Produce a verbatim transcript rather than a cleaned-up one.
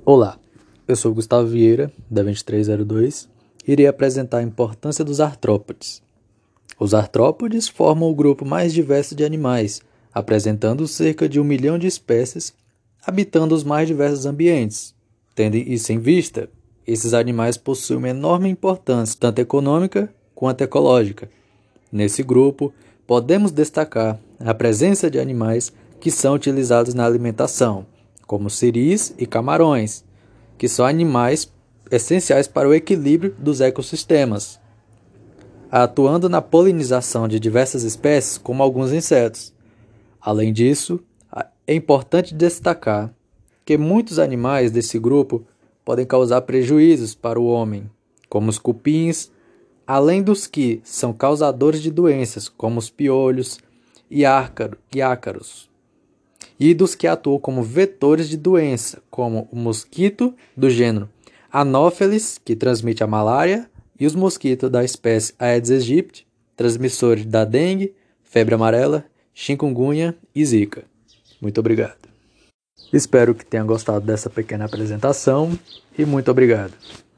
Olá, eu sou Gustavo Vieira, da vinte e três zero dois, e irei apresentar a importância dos artrópodes. Os artrópodes formam o grupo mais diverso de animais, apresentando cerca de um milhão de espécies, habitando os mais diversos ambientes. Tendo isso em vista, esses animais possuem uma enorme importância, tanto econômica quanto ecológica. Nesse grupo, podemos destacar a presença de animais que são utilizados na alimentação, como siris e camarões, que são animais essenciais para o equilíbrio dos ecossistemas, atuando na polinização de diversas espécies, como alguns insetos. Além disso, é importante destacar que muitos animais desse grupo podem causar prejuízos para o homem, como os cupins, além dos que são causadores de doenças, como os piolhos e ácaros, e dos que atuam como vetores de doença, como o mosquito do gênero Anopheles, que transmite a malária, e os mosquitos da espécie Aedes aegypti, transmissores da dengue, febre amarela, chikungunya e zika. Muito obrigado. Espero que tenha gostado dessa pequena apresentação e muito obrigado.